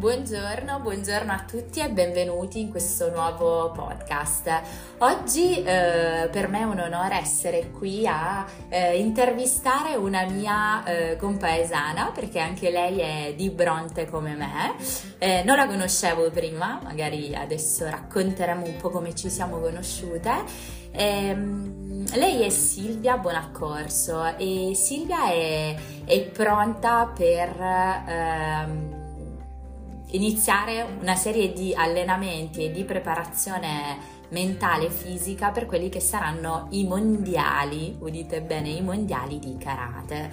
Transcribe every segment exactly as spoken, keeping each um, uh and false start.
Buongiorno, buongiorno a tutti e benvenuti in questo nuovo podcast. Oggi eh, per me è un onore essere qui a eh, intervistare una mia eh, compaesana, perché anche lei è di Bronte come me. Eh, non la conoscevo prima, magari adesso racconteremo un po' come ci siamo conosciute. Ehm, lei è Silvia Bonaccorso e Silvia è, è pronta per ehm, iniziare una serie di allenamenti e di preparazione mentale e fisica per quelli che saranno i mondiali, udite bene, i mondiali di karate.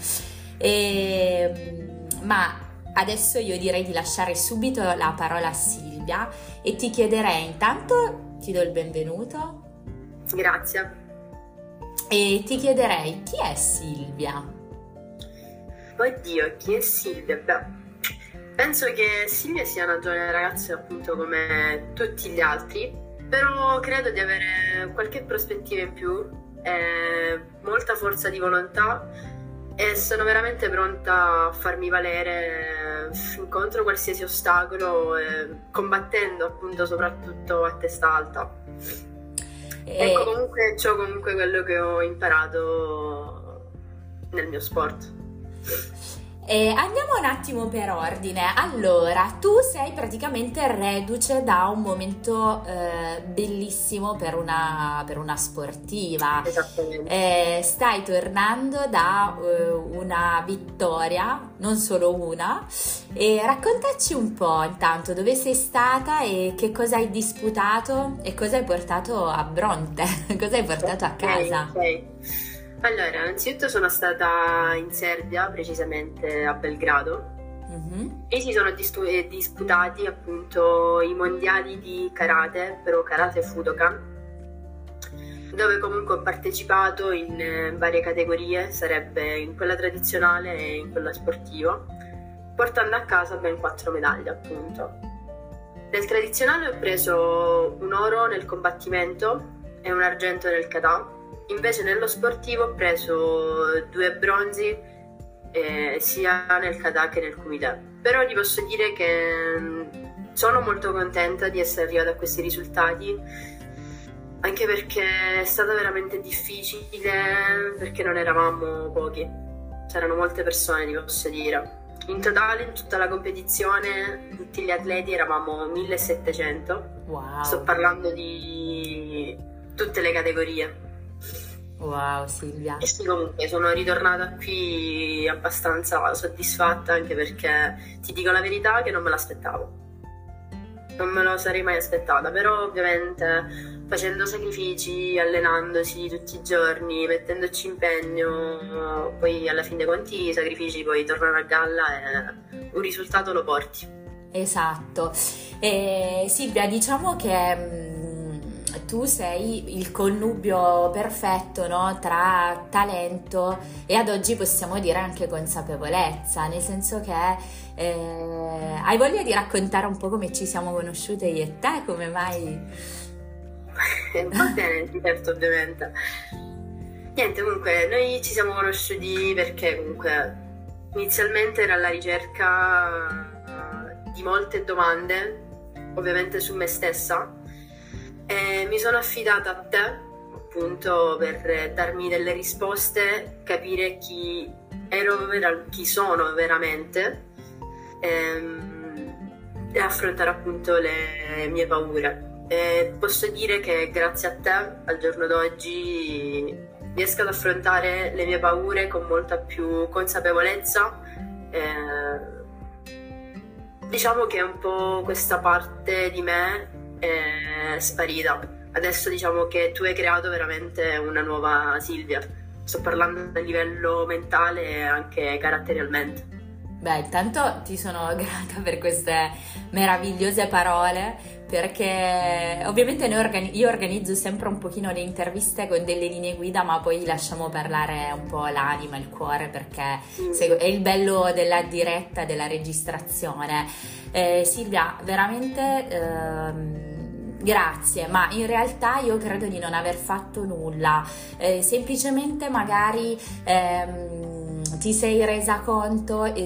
E, ma adesso io direi di lasciare subito la parola a Silvia e ti chiederei, intanto ti do il benvenuto. Grazie. E ti chiederei, chi è Silvia? Oddio, chi è Silvia? Beh, penso che Silvia sia una giovane ragazza appunto come tutti gli altri, però credo di avere qualche prospettiva in più, eh, molta forza di volontà e sono veramente pronta a farmi valere contro qualsiasi ostacolo, eh, combattendo appunto soprattutto a testa alta. E... Ecco, comunque ciò comunque quello che ho imparato nel mio sport. Eh, andiamo un attimo per ordine. Allora, tu sei praticamente reduce da un momento eh, bellissimo per una, per una sportiva. Esattamente. Eh, stai tornando da eh, una vittoria, non solo una, e raccontaci un po' intanto dove sei stata e che cosa hai disputato e cosa hai portato a Bronte, cosa hai portato a casa. Ok, ok. Allora, innanzitutto sono stata in Serbia, precisamente a Belgrado, mm-hmm. e si sono dis- disputati appunto i mondiali di karate, però karate Fudokan, dove comunque ho partecipato in eh, varie categorie, sarebbe in quella tradizionale e in quella sportiva, portando a casa ben quattro medaglie appunto. Nel tradizionale ho preso un oro nel combattimento e un argento nel kata. Invece nello sportivo ho preso due bronzi eh, sia nel kata che nel kumite. Però ti posso dire che sono molto contenta di essere arrivata a questi risultati, anche perché è stata veramente difficile, perché non eravamo pochi, c'erano molte persone, ti posso dire. In totale, in tutta la competizione, tutti gli atleti eravamo millesettecento. Wow. Sto parlando di tutte le categorie. Wow, Silvia. E sì, comunque sono ritornata qui abbastanza soddisfatta, anche perché ti dico la verità che non me l'aspettavo. Non me lo sarei mai aspettata, però ovviamente facendo sacrifici, allenandosi tutti i giorni, mettendoci impegno, poi alla fine dei conti i sacrifici poi tornano a galla e un risultato lo porti. Esatto. E, Silvia, diciamo che tu sei il connubio perfetto, no? Tra talento e ad oggi possiamo dire anche consapevolezza, nel senso che eh, hai voglia di raccontare un po' come ci siamo conosciute io e te, come mai? Va bene, certo, ovviamente. Niente, comunque noi ci siamo conosciuti perché comunque inizialmente era alla ricerca di molte domande, ovviamente su me stessa. E mi sono affidata a te appunto per darmi delle risposte, capire chi ero, vera- chi sono veramente ehm, e affrontare appunto le mie paure. E posso dire che grazie a te al giorno d'oggi riesco ad affrontare le mie paure con molta più consapevolezza. Eh, diciamo che un po' questa parte di me è sparita. Adesso diciamo che tu hai creato veramente una nuova Silvia. Sto parlando a livello mentale e anche caratterialmente. Beh, intanto ti sono grata per queste meravigliose parole, perché ovviamente noi organi- io organizzo sempre un pochino le interviste con delle linee guida, ma poi lasciamo parlare un po' l'anima, il cuore, perché mm. è il bello della diretta, della registrazione. Eh, Silvia, veramente ehm, grazie, ma in realtà io credo di non aver fatto nulla, eh, semplicemente magari ehm, ti sei resa conto eh,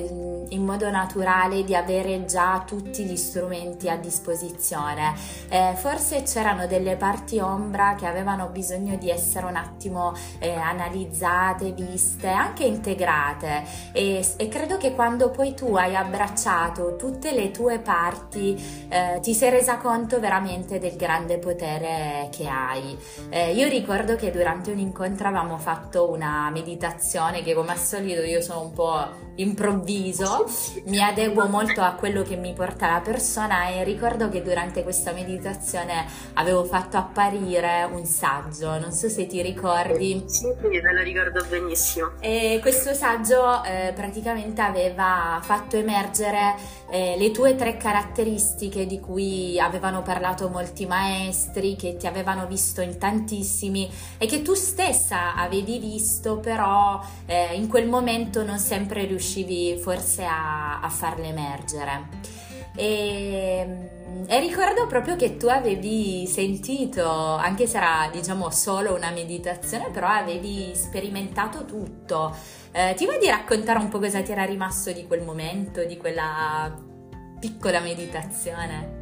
in modo naturale di avere già tutti gli strumenti a disposizione. Eh, forse c'erano delle parti ombra che avevano bisogno di essere un attimo eh, analizzate, viste, anche integrate, e, e credo che quando poi tu hai abbracciato tutte le tue parti eh, ti sei resa conto veramente del grande potere che hai. Eh, io ricordo che durante un incontro avevamo fatto una meditazione che, come al solito, io sono un po' improvviso, mi adeguo molto a quello che mi porta la persona, e ricordo che durante questa meditazione avevo fatto apparire un saggio, non so se ti ricordi. Sì, me lo ricordo benissimo. E questo saggio eh, praticamente aveva fatto emergere eh, le tue tre caratteristiche di cui avevano parlato molti maestri, che ti avevano visto in tantissimi e che tu stessa avevi visto, però eh, in quel momento non sempre riuscivi forse a, a farle emergere. E, e ricordo proprio che tu avevi sentito, anche se era diciamo solo una meditazione, però avevi sperimentato tutto. Eh, ti va di raccontare un po' cosa ti era rimasto di quel momento, di quella piccola meditazione?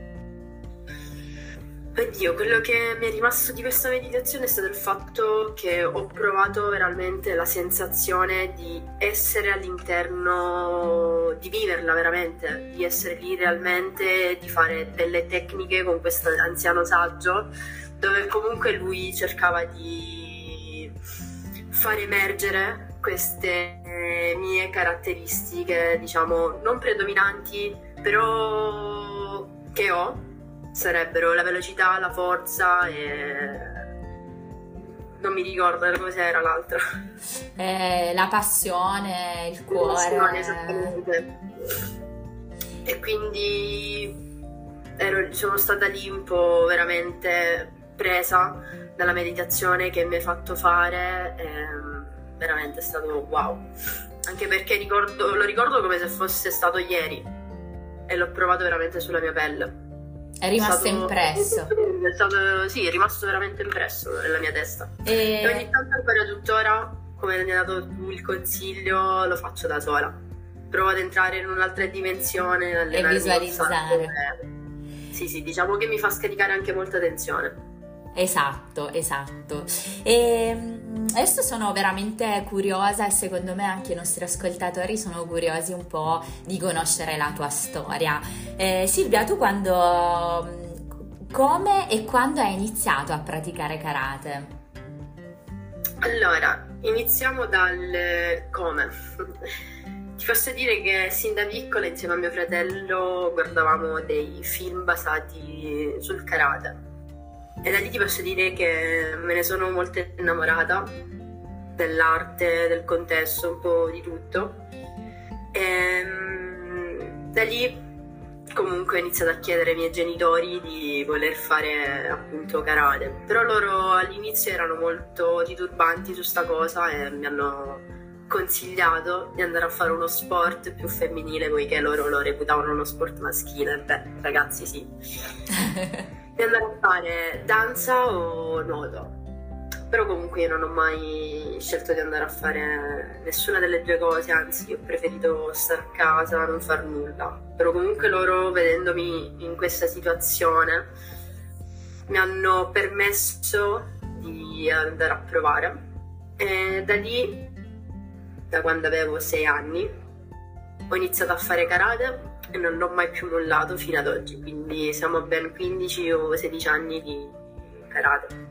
Oddio, quello che mi è rimasto di questa meditazione è stato il fatto che ho provato veramente la sensazione di essere all'interno, di viverla veramente, di essere lì realmente, di fare delle tecniche con questo anziano saggio, dove comunque lui cercava di far emergere queste mie caratteristiche, diciamo, non predominanti, però che ho. Sarebbero la velocità, la forza e non mi ricordo cos'era l'altra. Eh, la passione, il cuore. Passione, esattamente. E quindi ero, sono stata lì un po' veramente presa dalla meditazione che mi hai fatto fare. E veramente è stato wow. Anche perché ricordo, lo ricordo come se fosse stato ieri e l'ho provato veramente sulla mia pelle. È rimasto è stato, impresso. È stato, sì, è rimasto veramente impresso nella mia testa. E, e ogni tanto ancora tuttora, come mi hai dato tu il consiglio, lo faccio da sola. Provo ad entrare in un'altra dimensione e visualizzare. Sì, sì, diciamo che mi fa scaricare anche molta tensione. Esatto, esatto. E adesso sono veramente curiosa, e secondo me anche i nostri ascoltatori sono curiosi un po' di conoscere la tua storia. Eh, Silvia, tu quando, come e quando hai iniziato a praticare karate? Allora, iniziamo dal come. Ti posso dire che sin da piccola, insieme a mio fratello, guardavamo dei film basati sul karate. E da lì ti posso dire che me ne sono molto innamorata dell'arte, del contesto, un po' di tutto. E da lì comunque ho iniziato a chiedere ai miei genitori di voler fare appunto karate. Però loro all'inizio erano molto titubanti su sta cosa e mi hanno consigliato di andare a fare uno sport più femminile, poiché loro lo reputavano uno sport maschile. Beh, ragazzi, sì. Di andare a fare danza o nuoto. Però comunque io non ho mai scelto di andare a fare nessuna delle due cose, anzi ho preferito stare a casa, non far nulla. Però comunque loro, vedendomi in questa situazione, mi hanno permesso di andare a provare. E da lì, da quando avevo sei anni, ho iniziato a fare karate e non l'ho mai più mollato fino ad oggi, quindi siamo a ben quindici o sedici anni di karate.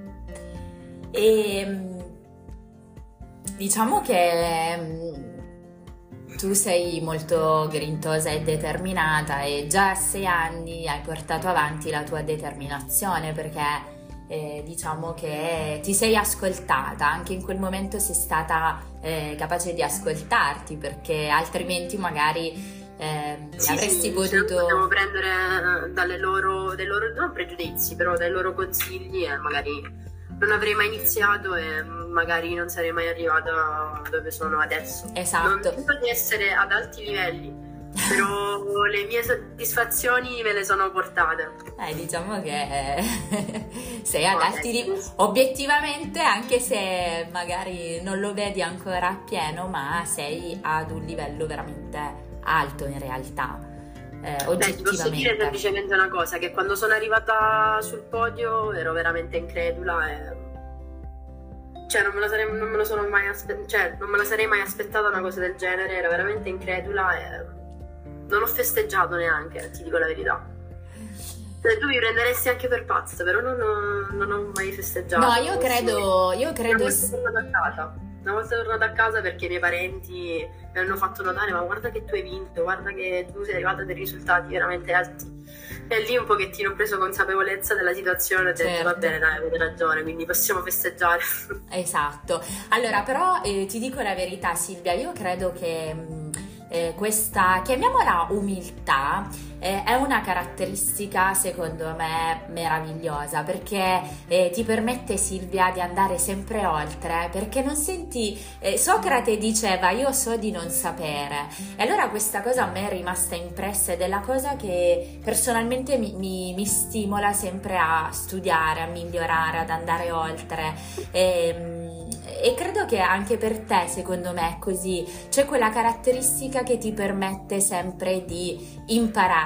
E diciamo che tu sei molto grintosa e determinata, e già a sei anni hai portato avanti la tua determinazione, perché eh, diciamo che ti sei ascoltata, anche in quel momento sei stata eh, capace di ascoltarti, perché altrimenti magari Eh, sì, avresti sì, potuto dobbiamo prendere dalle loro, dai loro non pregiudizi, però dai loro consigli, e magari non avrei mai iniziato e magari non sarei mai arrivata dove sono adesso. Esatto. Non dico di essere ad alti livelli, però le mie soddisfazioni me le sono portate. Eh, diciamo che sei ad alti livelli, obiettivamente, anche se magari non lo vedi ancora appieno, ma sei ad un livello veramente alto in realtà, eh, oggettivamente. Beh, ti posso dire semplicemente una cosa, che quando sono arrivata sul podio ero veramente incredula e... Cioè non me, la sarei, non me lo sono mai aspe- cioè, non me la sarei mai aspettata una cosa del genere, ero veramente incredula e non ho festeggiato neanche, ti dico la verità. Cioè, tu mi prenderesti anche per pazza, però non ho, non ho mai festeggiato. No, io credo... Io credo... Una volta tornata a casa, una volta tornata a casa perché i miei parenti mi hanno fatto notare, ma guarda che tu hai vinto, guarda che tu sei arrivata a dei risultati veramente alti. E lì un pochettino ho preso consapevolezza della situazione e ho detto, certo, va bene, dai, avete ragione, quindi possiamo festeggiare. Esatto. Allora, però eh, ti dico la verità, Silvia, io credo che mh, eh, questa, chiamiamola umiltà, eh, è una caratteristica secondo me meravigliosa, perché eh, ti permette, Silvia, di andare sempre oltre, perché non senti... Eh, Socrate diceva io so di non sapere, e allora questa cosa a me è rimasta impressa ed è la cosa che personalmente mi, mi, mi stimola sempre a studiare, a migliorare, ad andare oltre. E, e credo che anche per te, secondo me, è così. C'è quella caratteristica che ti permette sempre di imparare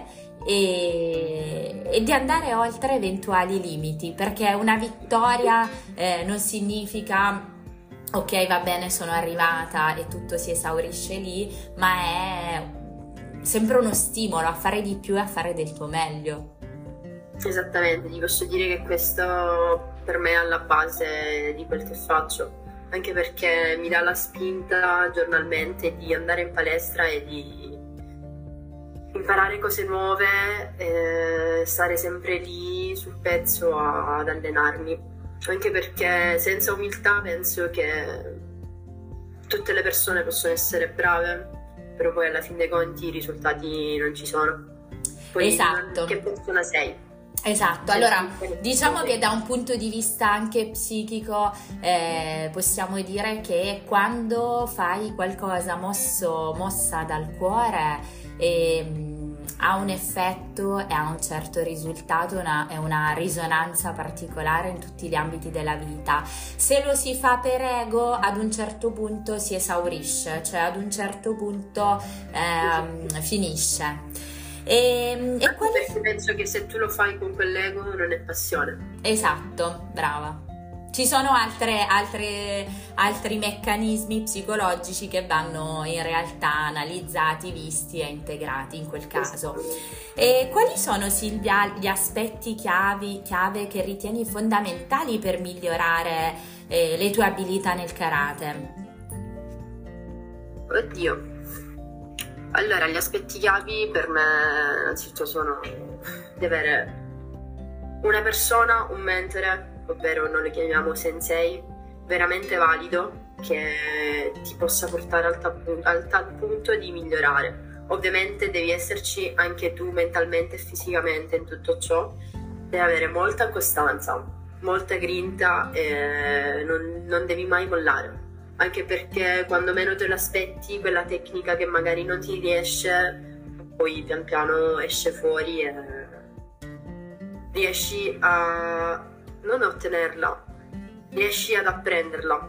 e, e di andare oltre eventuali limiti, perché una vittoria eh, non significa ok, va bene, sono arrivata e tutto si esaurisce lì, ma è sempre uno stimolo a fare di più e a fare del tuo meglio. Esattamente, ti posso dire che questo per me è alla base di quel che faccio, anche perché mi dà la spinta giornalmente di andare in palestra e di imparare cose nuove, eh, stare sempre lì sul pezzo a, ad allenarmi, anche perché senza umiltà penso che tutte le persone possono essere brave, però poi alla fin dei conti i risultati non ci sono. Poi esatto. Che persona sei? Esatto, allora diciamo che da un punto di vista anche psichico eh, possiamo dire che quando fai qualcosa mosso, mossa dal cuore eh, ha un effetto e ha un certo risultato, una, è una risonanza particolare in tutti gli ambiti della vita. Se lo si fa per ego, ad un certo punto si esaurisce, cioè ad un certo punto eh, finisce. E, e quali... Perché penso che se tu lo fai con quell'ego non è passione. Esatto, brava. Ci sono altre, altre, altri meccanismi psicologici che vanno in realtà analizzati, visti e integrati in quel caso. E quali sono, Silvia, gli aspetti chiavi, chiave che ritieni fondamentali per migliorare eh, le tue abilità nel karate? Oddio. Allora, gli aspetti chiavi per me innanzitutto sono di avere una persona, un mentore, ovvero noi lo chiamiamo sensei, veramente valido, che ti possa portare al tal, al tal punto di migliorare. Ovviamente devi esserci anche tu mentalmente e fisicamente in tutto ciò, devi avere molta costanza, molta grinta e non, non devi mai mollare. Anche perché quando meno te lo aspetti, quella tecnica che magari non ti riesce, poi pian piano esce fuori e riesci a non ottenerla, riesci ad apprenderla.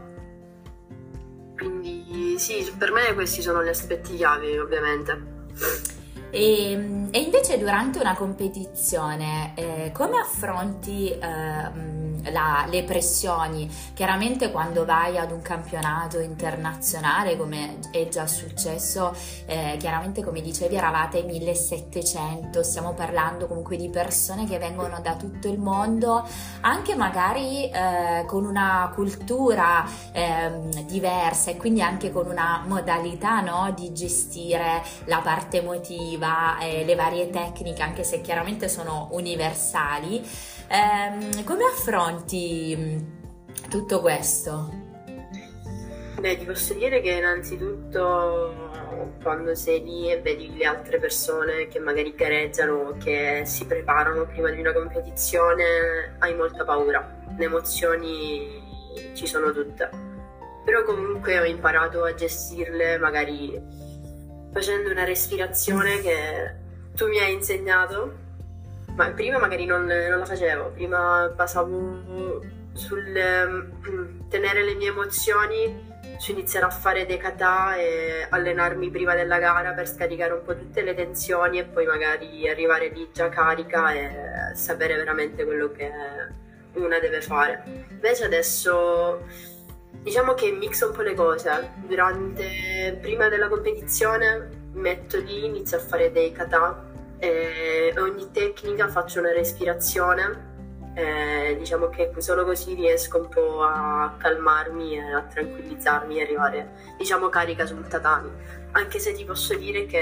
Quindi sì, per me questi sono gli aspetti chiave, ovviamente. E, e invece durante una competizione eh, come affronti eh, la, le pressioni? Chiaramente quando vai ad un campionato internazionale, come è già successo, eh, chiaramente come dicevi eravate millesettecento, stiamo parlando comunque di persone che vengono da tutto il mondo, anche magari eh, con una cultura eh, diversa e quindi anche con una modalità, no, di gestire la parte emotiva, e le varie tecniche, anche se chiaramente sono universali. Ehm, come affronti tutto questo? Beh, ti posso dire che innanzitutto quando sei lì e vedi le altre persone che magari gareggiano, che si preparano prima di una competizione, hai molta paura. Le emozioni ci sono tutte, però comunque ho imparato a gestirle magari facendo una respirazione che tu mi hai insegnato, ma prima magari non, non la facevo, prima basavo sul um, tenere le mie emozioni, su iniziare a fare dei kata e allenarmi prima della gara per scaricare un po' tutte le tensioni e poi magari arrivare lì già carica e sapere veramente quello che una deve fare. Invece adesso diciamo che mixo un po' le cose. Durante, prima della competizione metto lì, inizio a fare dei kata e ogni tecnica faccio una respirazione. Eh, diciamo che solo così riesco un po' a calmarmi e a tranquillizzarmi e arrivare, diciamo, carica sul tatami. Anche se ti posso dire che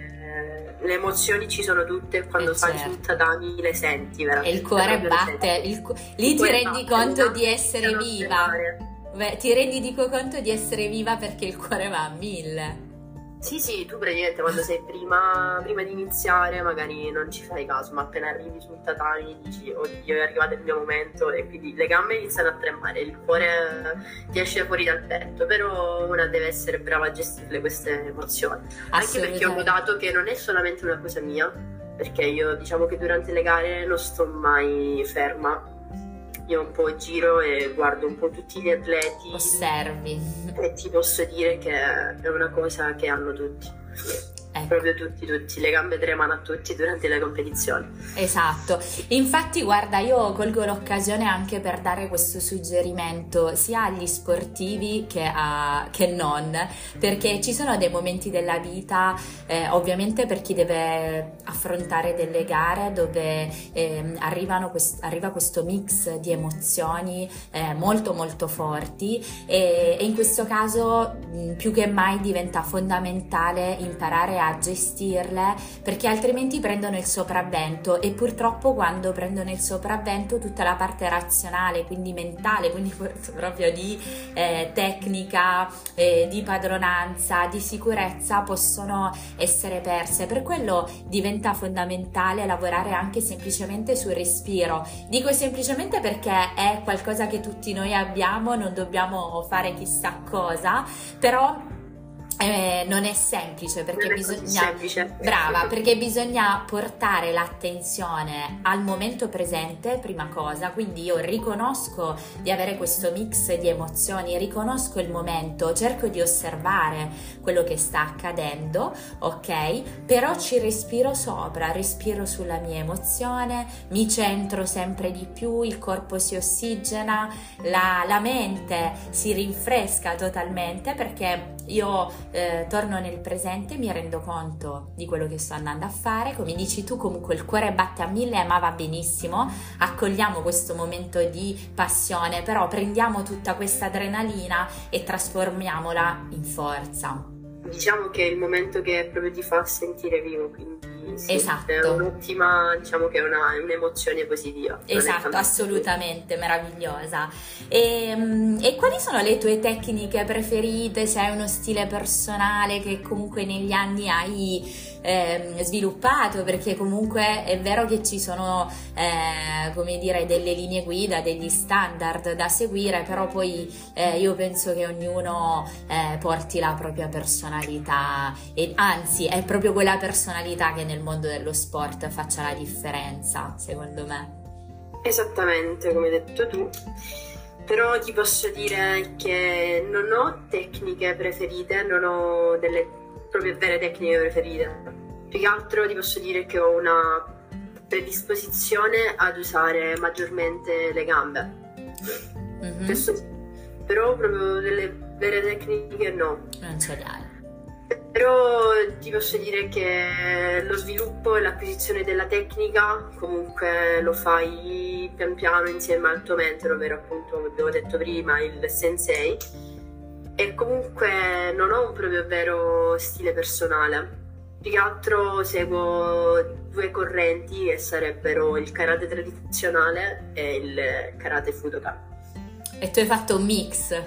le emozioni ci sono tutte e quando eh fai certo. sul tatami le senti veramente. E il cuore batte, il cu- lì il ti rendi batte, conto di essere viva. Beh, ti rendi di conto di essere viva perché il cuore va a mille. Sì, sì, tu praticamente quando sei prima, prima di iniziare magari non ci fai caso, ma appena arrivi sul tatami dici oddio è arrivato il mio momento e quindi le gambe iniziano a tremare, il cuore ti esce fuori dal petto, però una deve essere brava a gestirle queste emozioni. Anche perché ho notato che non è solamente una cosa mia, perché io diciamo che durante le gare non sto mai ferma. Io un po' giro e guardo un po' tutti gli atleti. Osservi. E ti posso dire che è una cosa che hanno tutti. Ecco. Proprio tutti, tutti. Le gambe tremano a tutti durante le competizioni. Esatto. Infatti, guarda, io colgo l'occasione anche per dare questo suggerimento sia agli sportivi che, a, che non, perché ci sono dei momenti della vita, eh, ovviamente per chi deve affrontare delle gare dove eh, arrivano quest- arriva questo mix di emozioni eh, molto molto forti e, e in questo caso mh, più che mai diventa fondamentale imparare a a gestirle, perché altrimenti prendono il sopravvento e purtroppo quando prendono il sopravvento tutta la parte razionale, quindi mentale, quindi proprio di eh, tecnica, eh, di padronanza, di sicurezza possono essere perse. Per quello diventa fondamentale lavorare anche semplicemente sul respiro. Dico semplicemente perché è qualcosa che tutti noi abbiamo, non dobbiamo fare chissà cosa, però Eh, non è semplice perché non bisogna semplice. brava perché bisogna portare l'attenzione al momento presente, prima cosa. Quindi io riconosco di avere questo mix di emozioni, riconosco il momento, cerco di osservare quello che sta accadendo, ok? Però ci respiro sopra, respiro sulla mia emozione, mi centro sempre di più, il corpo si ossigena, la, la mente si rinfresca totalmente perché io eh, torno nel presente e mi rendo conto di quello che sto andando a fare. Come dici tu, comunque il cuore batte a mille, ma va benissimo, accogliamo questo momento di passione, però prendiamo tutta questa adrenalina e trasformiamola in forza. Diciamo che è il momento che proprio ti fa sentire vivo, quindi sì, esatto. È un'ottima, diciamo che è una, un'emozione positiva. Esatto, assolutamente meravigliosa. E, e quali sono le tue tecniche preferite? Se hai uno stile personale che comunque negli anni hai eh, sviluppato, perché comunque è vero che ci sono eh, come dire delle linee guida, degli standard da seguire, però poi eh, io penso che ognuno eh, porti la propria personalità e anzi è proprio quella personalità che nel mondo dello sport faccia la differenza, secondo me. Esattamente, come hai detto tu. Però ti posso dire che non ho tecniche preferite, non ho delle proprio vere tecniche preferite. Più che altro ti posso dire che ho una predisposizione ad usare maggiormente le gambe. Mm-hmm. Questo, però proprio delle vere tecniche no. Non ce le hai. Però ti posso dire che lo sviluppo e l'acquisizione della tecnica comunque lo fai pian piano insieme al tuo mentore, ovvero appunto, come abbiamo detto prima, il sensei. E comunque non ho un proprio vero stile personale. Più che altro seguo due correnti che sarebbero il karate tradizionale e il karate Fudokan. E tu hai fatto un mix?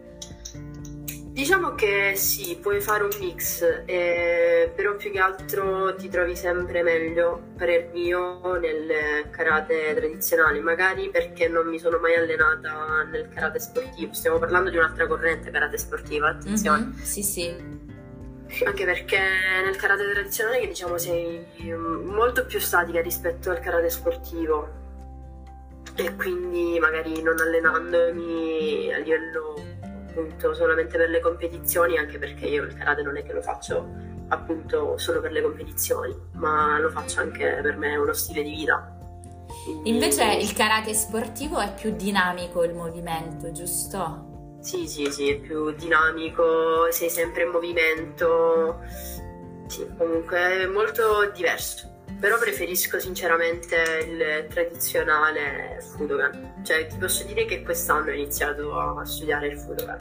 Diciamo che sì, puoi fare un mix, eh, però più che altro ti trovi sempre meglio, per mio, nel karate tradizionale, magari perché non mi sono mai allenata nel karate sportivo. Stiamo parlando di un'altra corrente karate sportiva, attenzione. Mm-hmm, sì, sì. Anche perché nel karate tradizionale, che diciamo sei molto più statica rispetto al karate sportivo, e quindi magari non allenandomi a livello appunto solamente per le competizioni, anche perché io il karate non è che lo faccio appunto solo per le competizioni, ma lo faccio anche per me, è uno stile di vita. Quindi... Invece il karate sportivo è più dinamico il movimento, giusto? Sì, sì, sì, è più dinamico, sei sempre in movimento, sì, comunque è molto diverso. Però preferisco sinceramente il tradizionale Fudokan. Cioè, ti posso dire che quest'anno ho iniziato a studiare il Fudokan.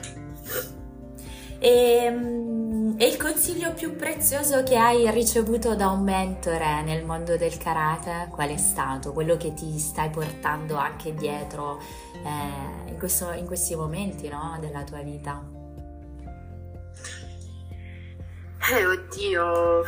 E, e il consiglio più prezioso che hai ricevuto da un mentore nel mondo del karate, qual è stato? Quello che ti stai portando anche dietro eh, in, questo, in questi momenti, no, della tua vita? Eh, oddio...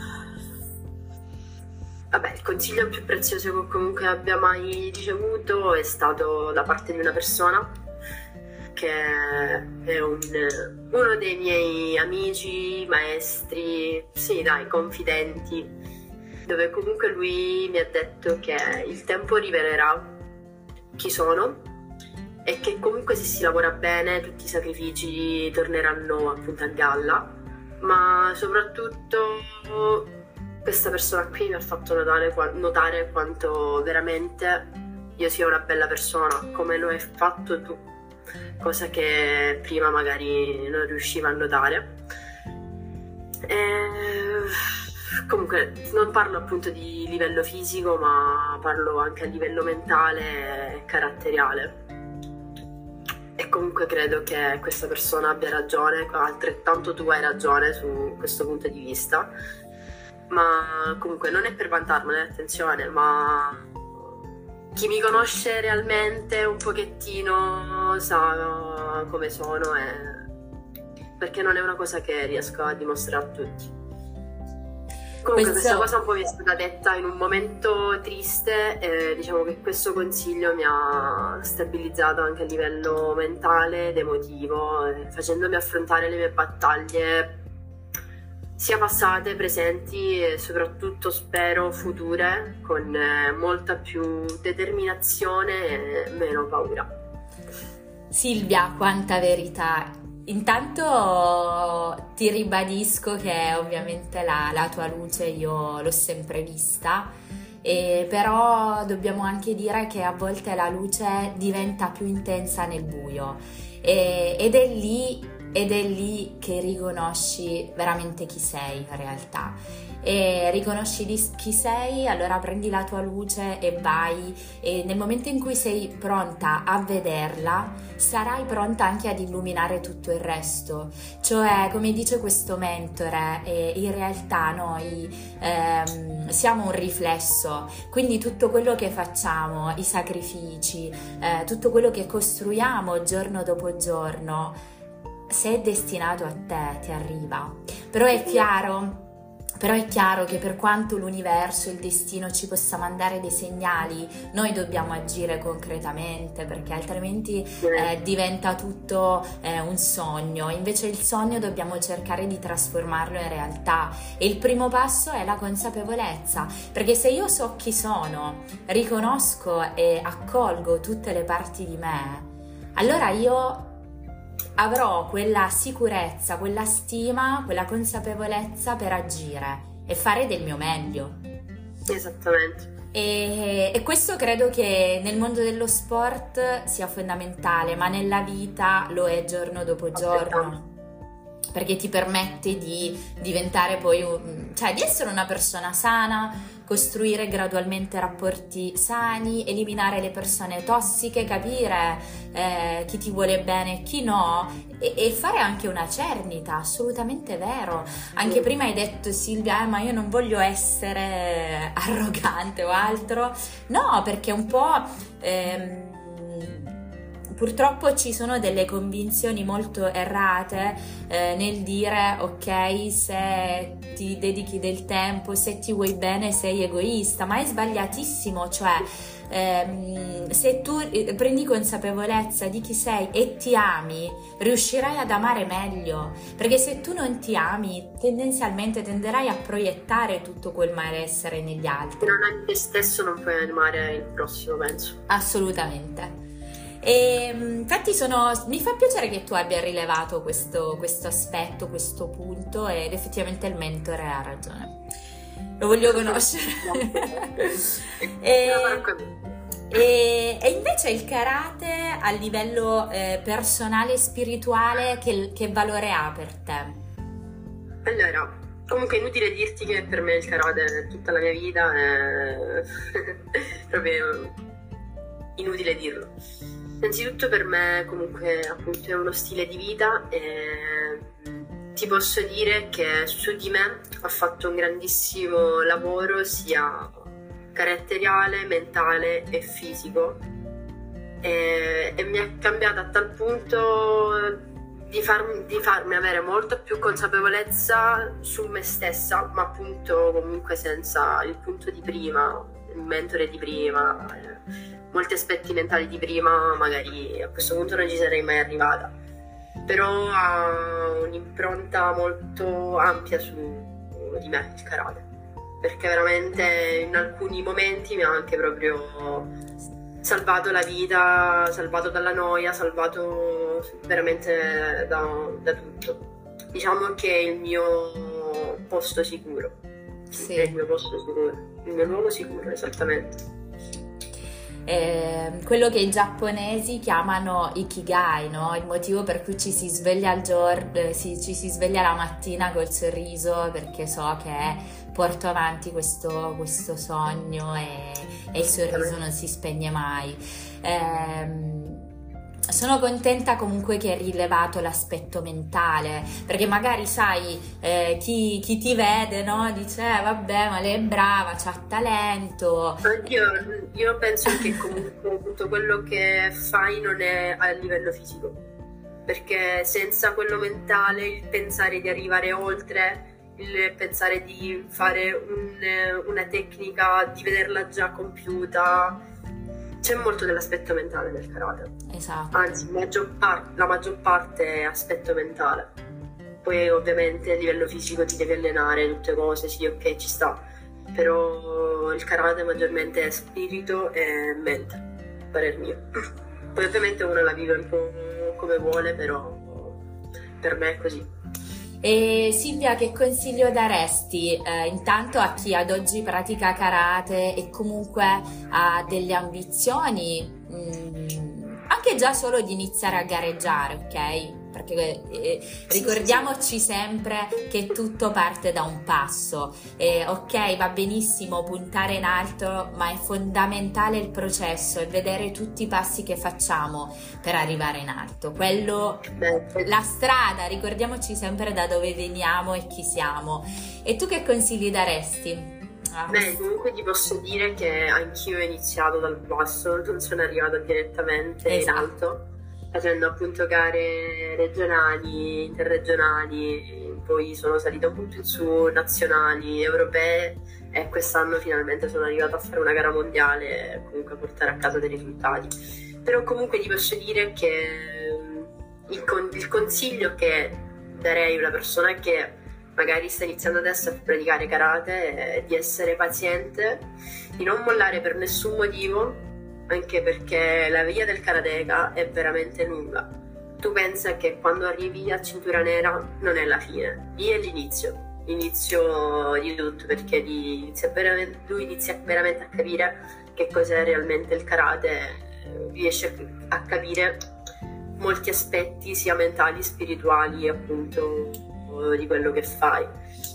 Vabbè, il consiglio più prezioso che comunque abbia mai ricevuto è stato da parte di una persona che è un, uno dei miei amici, maestri, sì dai, confidenti, dove comunque lui mi ha detto che il tempo rivelerà chi sono e che comunque se si lavora bene tutti i sacrifici torneranno appunto a galla, ma soprattutto... Questa persona qui mi ha fatto notare, notare quanto veramente io sia una bella persona, come lo hai fatto tu, cosa che prima magari non riuscivo a notare. E... Comunque non parlo appunto di livello fisico, ma parlo anche a livello mentale e caratteriale. E comunque credo che questa persona abbia ragione, altrettanto tu hai ragione su questo punto di vista. Ma comunque non è per vantarmene, attenzione, ma chi mi conosce realmente un pochettino sa come sono, e... perché non è una cosa che riesco a dimostrare a tutti. Comunque questo... questa cosa un po' mi è stata detta in un momento triste e diciamo che questo consiglio mi ha stabilizzato anche a livello mentale ed emotivo, facendomi affrontare le mie battaglie sia passate, presenti e soprattutto spero future, con molta più determinazione e meno paura. Silvia, quanta verità! Intanto ti ribadisco che ovviamente la, la tua luce io l'ho sempre vista, e però dobbiamo anche dire che a volte la luce diventa più intensa nel buio, e, ed è lì Ed è lì che riconosci veramente chi sei in realtà. E riconosci chi sei, allora prendi la tua luce e vai, e nel momento in cui sei pronta a vederla, sarai pronta anche ad illuminare tutto il resto. Cioè, come dice questo mentore, eh, in realtà noi ehm, siamo un riflesso, quindi tutto quello che facciamo, i sacrifici, eh, tutto quello che costruiamo giorno dopo giorno, se è destinato a te, ti arriva. Però è chiaro, però è chiaro che per quanto l'universo, il destino ci possa mandare dei segnali, noi dobbiamo agire concretamente, perché altrimenti eh, diventa tutto eh, un sogno. Invece il sogno dobbiamo cercare di trasformarlo in realtà, e il primo passo è la consapevolezza, perché se io so chi sono, riconosco e accolgo tutte le parti di me, allora io avrò quella sicurezza, quella stima, quella consapevolezza per agire e fare del mio meglio. Esattamente. E, e questo credo che nel mondo dello sport sia fondamentale, ma nella vita lo è giorno dopo giorno, perché ti permette di diventare poi, un, cioè di essere una persona sana, costruire gradualmente rapporti sani, eliminare le persone tossiche, capire eh, chi ti vuole bene e chi no, e, e fare anche una cernita, assolutamente vero. Anche prima hai detto, Silvia, eh, ma io non voglio essere arrogante o altro. No, perché un po' ehm, purtroppo ci sono delle convinzioni molto errate eh, nel dire ok, se ti dedichi del tempo, se ti vuoi bene sei egoista, ma è sbagliatissimo, cioè ehm, se tu prendi consapevolezza di chi sei e ti ami, riuscirai ad amare meglio, perché se tu non ti ami tendenzialmente tenderai a proiettare tutto quel malessere negli altri. Se non ami te stesso non puoi amare il prossimo, penso. Assolutamente. E infatti sono, mi fa piacere che tu abbia rilevato questo, questo aspetto, questo punto, ed effettivamente il mentore ha ragione, lo voglio conoscere. e, e, e invece il karate a livello eh, personale e spirituale che, che valore ha per te? Allora, comunque è inutile dirti che per me il karate tutta la mia vita è proprio inutile dirlo. Innanzitutto per me comunque appunto è uno stile di vita e ti posso dire che su di me ha fatto un grandissimo lavoro sia caratteriale, mentale e fisico e, e mi ha cambiato a tal punto di, farmi, di farmi avere molta più consapevolezza su me stessa, ma appunto comunque senza il punto di prima, il mentore di prima, eh, molti aspetti mentali di prima magari a questo punto non ci sarei mai arrivata, però ha un'impronta molto ampia su di me il karate, perché veramente in alcuni momenti mi ha anche proprio salvato la vita, salvato dalla noia, salvato veramente da, da tutto. Diciamo che è il mio posto sicuro, sì. È il mio posto sicuro, il mio luogo sicuro, esattamente. Eh, quello che i giapponesi chiamano ikigai, no? Il motivo per cui ci si sveglia al giorno, eh, si, ci si sveglia la mattina col sorriso, perché so che porto avanti questo, questo sogno e, e il sorriso non si spegne mai. Eh, sono contenta comunque che hai rilevato l'aspetto mentale, perché magari sai eh, chi, chi ti vede, no? Dice eh, vabbè, ma lei è brava, c'ha talento. Io, io penso che comunque tutto quello che fai non è a livello fisico, perché senza quello mentale, il pensare di arrivare oltre, il pensare di fare un, una tecnica, di vederla già compiuta, c'è molto dell'aspetto mentale nel karate. Esatto. Anzi, maggior par- la maggior parte è aspetto mentale. Poi ovviamente a livello fisico ti devi allenare, tutte cose, sì, ok, ci sta. Però il karate maggiormente è spirito e mente, parer mio. Poi ovviamente uno la vive un po' come vuole, però per me è così. E Silvia, che consiglio daresti eh, intanto a chi ad oggi pratica karate e comunque ha delle ambizioni, mh, anche già solo di iniziare a gareggiare, ok? Perché eh, ricordiamoci sempre che tutto parte da un passo, eh, ok, va benissimo puntare in alto, ma è fondamentale il processo e vedere tutti i passi che facciamo per arrivare in alto. Quello, la strada, ricordiamoci sempre da dove veniamo e chi siamo. E tu che consigli daresti? Ah. Beh, comunque ti posso dire che anch'io ho iniziato dal basso, non sono arrivata direttamente esatto. in alto, facendo appunto gare regionali, interregionali, poi sono salita un punto in su, nazionali, europee, e quest'anno finalmente sono arrivata a fare una gara mondiale e comunque a portare a casa dei risultati. Però comunque ti posso dire che il, con- il consiglio che darei a una persona che magari sta iniziando adesso a praticare karate è di essere paziente, di non mollare per nessun motivo, anche perché la via del karateka è veramente lunga. Tu pensa che quando arrivi a cintura nera non è la fine, lì è l'inizio, l'inizio di tutto, perché lui inizia veramente, lui inizia veramente a capire che cos'è realmente il karate, riesce a capire molti aspetti sia mentali, spirituali, appunto, di quello che fai.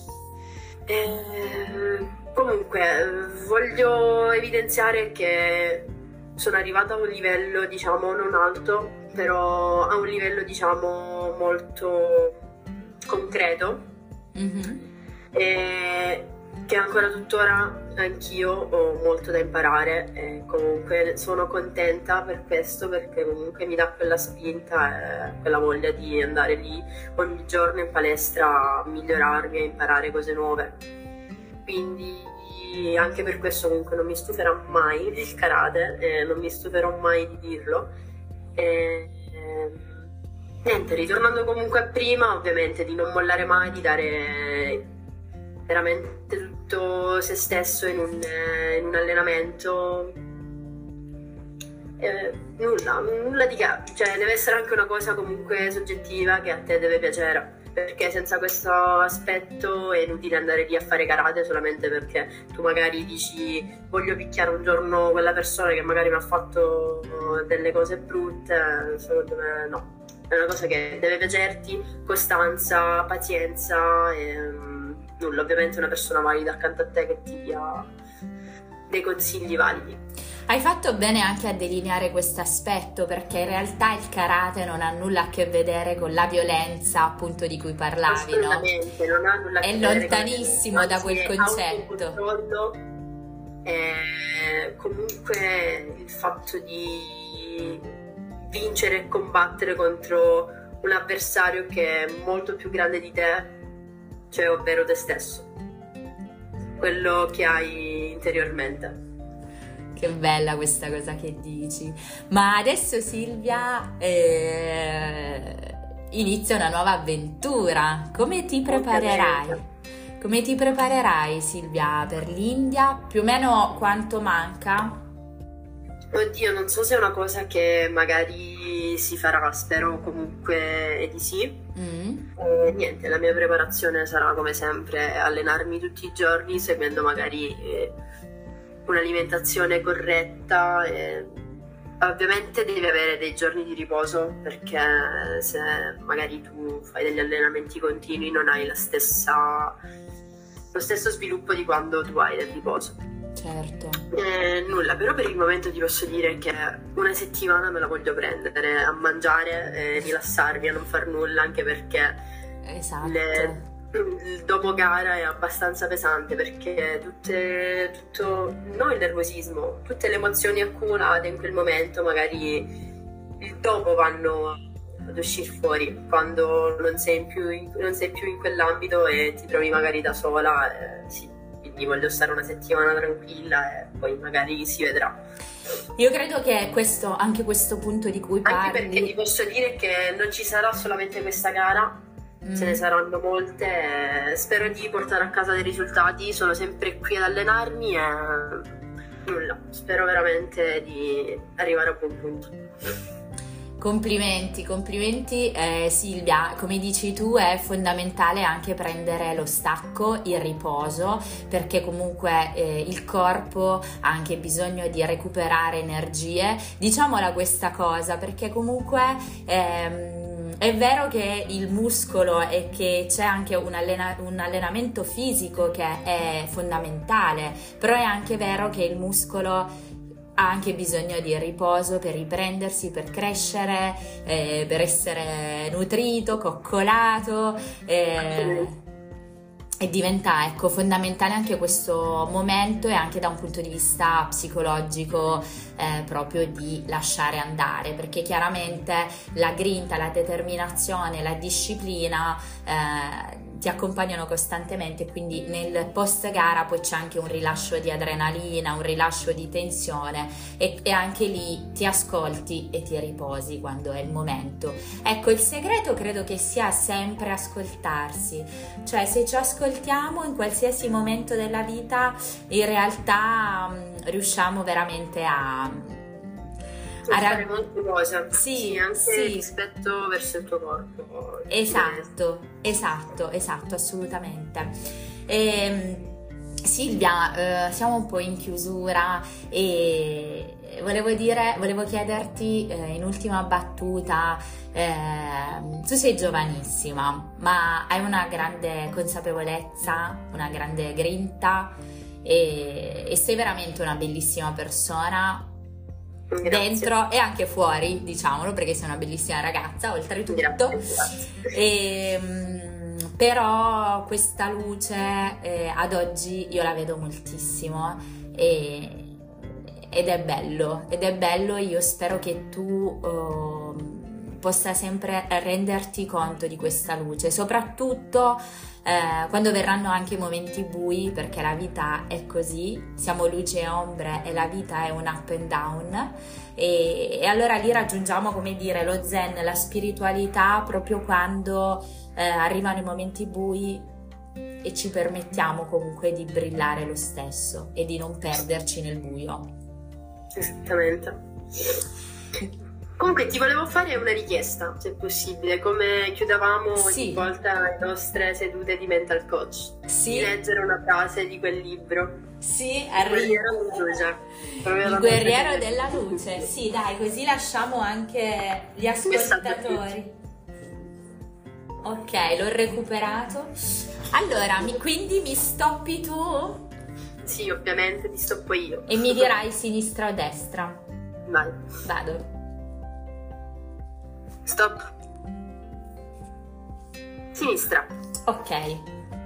E comunque voglio evidenziare che sono arrivata a un livello, diciamo, non alto, però a un livello, diciamo, molto concreto. Mm-hmm. E che ancora tuttora anch'io ho molto da imparare e comunque sono contenta per questo, perché comunque mi dà quella spinta e quella voglia di andare lì ogni giorno in palestra a migliorarmi e imparare cose nuove. Quindi anche per questo comunque non mi stuferà mai il karate e non mi stuferò mai di dirlo. E, e, niente, ritornando comunque a prima, ovviamente di non mollare mai, di dare veramente tutto se stesso in un, in un allenamento. Eh, nulla, nulla di che, cioè deve essere anche una cosa comunque soggettiva che a te deve piacere, perché senza questo aspetto è inutile andare lì a fare karate solamente perché tu magari dici voglio picchiare un giorno quella persona che magari mi ha fatto delle cose brutte. Secondo me no, è una cosa che deve piacerti, costanza, pazienza e nulla, ovviamente una persona valida accanto a te che ti dia dei consigli validi. Hai fatto bene anche a delineare questo aspetto, perché in realtà il karate non ha nulla a che vedere con la violenza, appunto, di cui parlavi, no? Assolutamente, non ha nulla a che è vedere. È lontanissimo da quel concetto. E comunque il fatto di vincere e combattere contro un avversario che è molto più grande di te, cioè ovvero te stesso, quello che hai interiormente. Che bella questa cosa che dici. Ma adesso Silvia eh, inizia una nuova avventura. Come ti preparerai? Come ti preparerai, Silvia, per l'India? Più o meno quanto manca? Oddio, non so se è una cosa che magari si farà, spero comunque di sì. Mm. E niente, la mia preparazione sarà come sempre allenarmi tutti i giorni seguendo magari eh, un'alimentazione corretta e ovviamente devi avere dei giorni di riposo, perché se magari tu fai degli allenamenti continui non hai la stessa, lo stesso sviluppo di quando tu hai del riposo. Certo. Eh, nulla, però per il momento ti posso dire che una settimana me la voglio prendere a mangiare e rilassarmi, a non far nulla, anche perché esatto. le, il dopo gara è abbastanza pesante, perché tutte, tutto, non il nervosismo, tutte le emozioni accumulate in quel momento magari il dopo vanno ad uscire fuori quando non sei più in, non sei più in quell'ambito e ti trovi magari da sola. Eh, sì. Quindi voglio stare una settimana tranquilla e poi magari si vedrà. Io credo che questo, anche questo punto di cui parli... Anche perché ti posso dire che non ci sarà solamente questa gara, mm. ce ne saranno molte. Spero di portare a casa dei risultati, sono sempre qui ad allenarmi e nulla, spero veramente di arrivare a buon punto. Complimenti, complimenti eh, Silvia, come dici tu è fondamentale anche prendere lo stacco, il riposo, perché comunque eh, il corpo ha anche bisogno di recuperare energie, diciamola questa cosa, perché comunque ehm, è vero che il muscolo e che c'è anche un, allena- un allenamento fisico che è fondamentale, però è anche vero che il muscolo ha anche bisogno di riposo per riprendersi, per crescere, eh, per essere nutrito, coccolato eh, e diventa ecco fondamentale anche questo momento, e anche da un punto di vista psicologico eh, proprio di lasciare andare, perché chiaramente la grinta, la determinazione, la disciplina eh, ti accompagnano costantemente, quindi nel post gara poi c'è anche un rilascio di adrenalina, un rilascio di tensione e, e anche lì ti ascolti e ti riposi quando è il momento. Ecco, il segreto credo che sia sempre ascoltarsi, cioè se ci ascoltiamo in qualsiasi momento della vita in realtà mh, riusciamo veramente a a fare molte cose, sì, sì, anche sì. rispetto verso il tuo corpo. Esatto, esatto, esatto, assolutamente. E, Silvia, eh, siamo un po' in chiusura e volevo dire, volevo chiederti eh, in ultima battuta, eh, tu sei giovanissima, ma hai una grande consapevolezza, una grande grinta e, e sei veramente una bellissima persona. Grazie. Dentro e anche fuori, diciamolo, perché sei una bellissima ragazza oltretutto. Grazie, grazie. E, però questa luce eh, ad oggi io la vedo moltissimo e, ed è bello, ed è bello. Io spero che tu uh, possa sempre renderti conto di questa luce, soprattutto eh, quando verranno anche momenti bui, perché la vita è così, siamo luce e ombre e la vita è un up and down. E, e allora lì raggiungiamo, come dire, lo zen, la spiritualità, proprio quando eh, arrivano i momenti bui e ci permettiamo comunque di brillare lo stesso e di non perderci nel buio. Esattamente. Comunque ti volevo fare una richiesta, se possibile, come chiudevamo sì. ogni volta le nostre sedute di mental coach, sì. di leggere una frase di quel libro. Sì, arrivo. Il guerriero della luce. Sì, dai, così lasciamo anche gli ascoltatori. Ok, l'ho recuperato. Allora, mi, quindi mi stoppi tu? Sì, ovviamente ti stoppo io. E mi dirai sinistra o destra? Vai. Vado. Stop. Sinistra. Ok.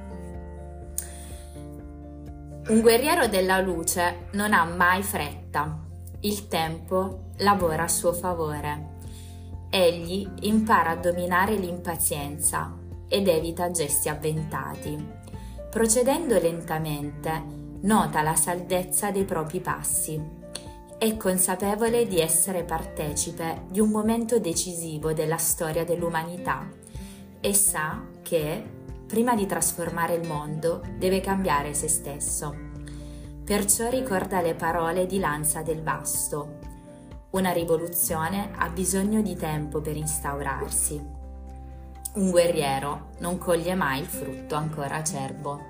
Un guerriero della luce non ha mai fretta. Il tempo lavora a suo favore. Egli impara a dominare l'impazienza ed evita gesti avventati. Procedendo lentamente, nota la saldezza dei propri passi. È consapevole di essere partecipe di un momento decisivo della storia dell'umanità e sa che, prima di trasformare il mondo, deve cambiare se stesso. Perciò ricorda le parole di Lanza del Vasto. Una rivoluzione ha bisogno di tempo per instaurarsi. Un guerriero non coglie mai il frutto ancora acerbo.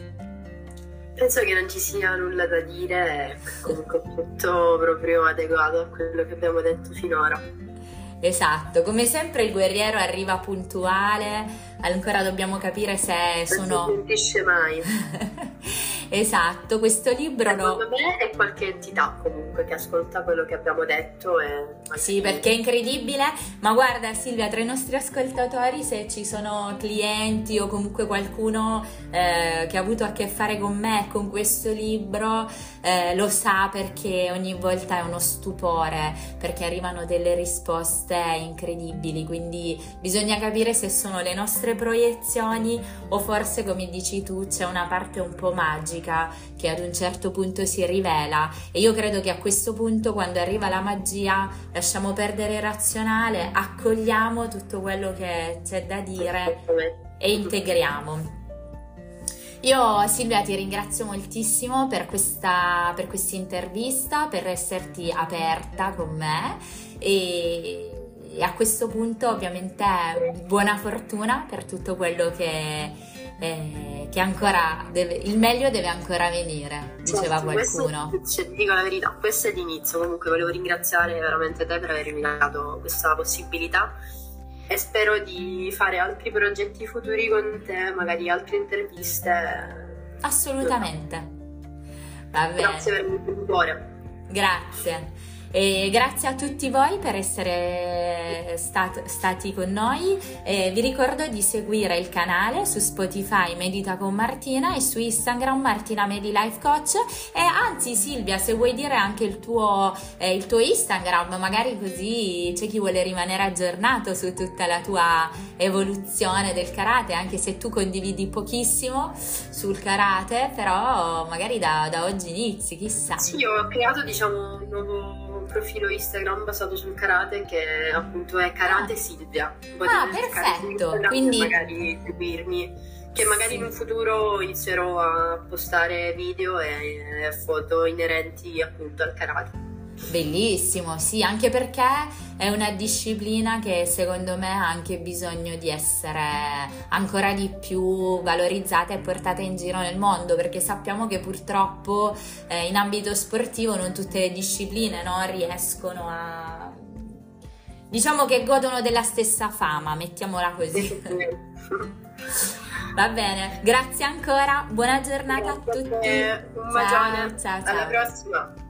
Penso che non ci sia nulla da dire, comunque tutto proprio adeguato a quello che abbiamo detto finora. Esatto, come sempre il guerriero arriva puntuale, ancora dobbiamo capire se sono... Non si sentisce mai. Esatto, questo libro... Secondo no... me è qualche entità comunque che ascolta quello che abbiamo detto e... Sì, perché è incredibile, ma guarda Silvia, tra i nostri ascoltatori, se ci sono clienti o comunque qualcuno eh, che ha avuto a che fare con me e con questo libro, eh, lo sa, perché ogni volta è uno stupore, perché arrivano delle risposte incredibili, quindi bisogna capire se sono le nostre proiezioni o forse, come dici tu, c'è una parte un po' magica che ad un certo punto si rivela, e io credo che a questo punto, quando arriva la magia, lasciamo perdere il razionale, accogliamo tutto quello che c'è da dire e integriamo. Io Silvia ti ringrazio moltissimo per questa per questa intervista, per esserti aperta con me e, e a questo punto ovviamente buona fortuna per tutto quello che, eh, che ancora deve, il meglio deve ancora venire, diceva certo, qualcuno. Questo, cioè, dico la verità, questo è l'inizio. Comunque volevo ringraziare veramente te per avermi dato questa possibilità e spero di fare altri progetti futuri con te, magari altre interviste. Assolutamente. Va bene. Grazie per il cuore. Grazie. E grazie a tutti voi per essere stat- stati con noi. E vi ricordo di seguire il canale su Spotify Medita con Martina e su Instagram Martina Medi Life Coach. E anzi Silvia, se vuoi dire anche il tuo, eh, il tuo Instagram, magari così c'è chi vuole rimanere aggiornato su tutta la tua evoluzione del karate, anche se tu condividi pochissimo sul karate, però magari da, da oggi inizi, chissà. Sì, io ho creato diciamo un nuovo profilo Instagram basato sul karate che appunto è Karate ah. Silvia. Potete ah, perfetto, quindi magari seguirmi, che magari sì. In un futuro inizierò a postare video e foto inerenti appunto al karate. Bellissimo, sì, anche perché è una disciplina che secondo me ha anche bisogno di essere ancora di più valorizzata e portata in giro nel mondo, perché sappiamo che purtroppo eh, in ambito sportivo non tutte le discipline, no, riescono a... diciamo che godono della stessa fama, mettiamola così. Va bene, grazie ancora, buona giornata grazie a tutti. A un bacione, ciao, ciao, ciao. Alla prossima.